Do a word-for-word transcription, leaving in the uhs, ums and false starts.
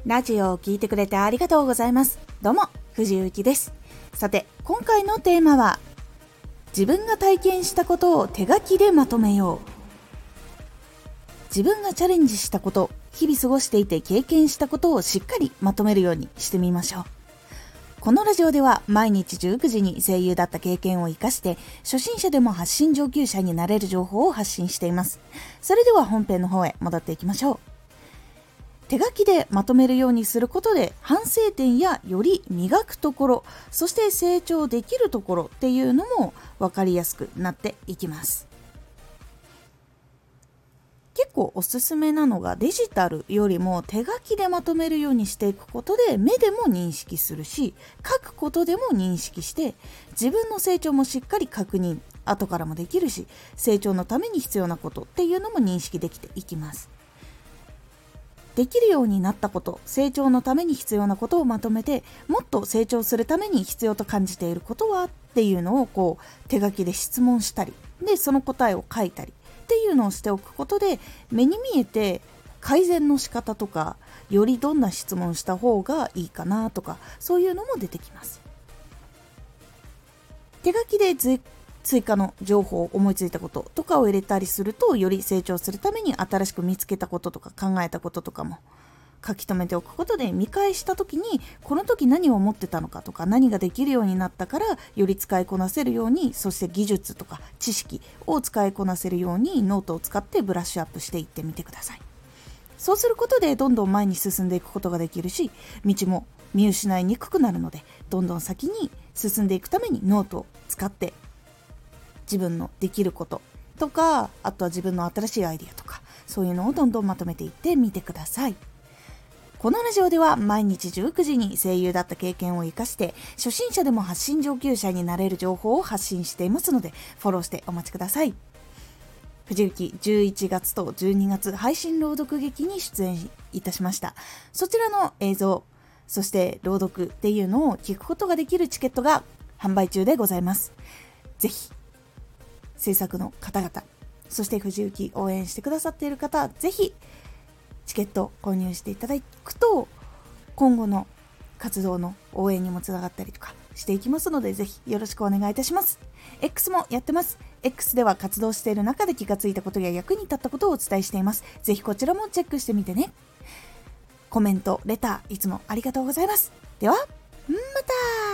ラジオを聞いてくれてありがとうございます。どうも藤幸です。さて今回のテーマは、自分が体験したことを手書きでまとめよう。自分がチャレンジしたこと、日々過ごしていて経験したことをしっかりまとめるようにしてみましょう。このラジオでは毎日じゅうくじに声優だった経験を生かして、初心者でも発信上級者になれる情報を発信しています。それでは本編の方へ戻っていきましょう。手書きでまとめるようにすることで、反省点やより磨くところ、そして成長できるところっていうのも分かりやすくなっていきます。結構おすすめなのが、デジタルよりも手書きでまとめるようにしていくことで、目でも認識するし、書くことでも認識して、自分の成長もしっかり確認、後からもできるし、成長のために必要なことっていうのも認識できていきます。できるようになったこと、成長のために必要なことをまとめて、もっと成長するために必要と感じていることはっていうのをこう手書きで質問したり、でその答えを書いたりっていうのをしておくことで、目に見えて改善の仕方とか、よりどんな質問した方がいいかなとか、そういうのも出てきます。手書きで追追加の情報、思いついたこととかを入れたりすると、より成長するために新しく見つけたこととか考えたこととかも書き留めておくことで、見返した時にこの時何を思ってたのかとか、何ができるようになったからより使いこなせるように、そして技術とか知識を使いこなせるようにノートを使ってブラッシュアップしていってみてください。そうすることでどんどん前に進んでいくことができるし、道も見失いにくくなるので、どんどん先に進んでいくためにノートを使って自分のできることとか、あとは自分の新しいアイディアとか、そういうのをどんどんまとめていってみてください。このラジオでは毎日じゅうくじに声優だった経験を生かして、初心者でも発信上級者になれる情報を発信していますので、フォローしてお待ちください。藤幸じゅういちがつとじゅうにがつ配信朗読劇に出演いたしました。そちらの映像、そして朗読っていうのを聞くことができるチケットが販売中でございます。ぜひ制作の方々、そして藤幸応援してくださっている方、ぜひチケット購入していただくと、今後の活動の応援にもつながったりとかしていきますので、ぜひよろしくお願いいたします。 X もやってます。 X では活動している中で気がついたことや役に立ったことをお伝えしています。ぜひこちらもチェックしてみてね。コメント、レター、いつもありがとうございます。ではまた。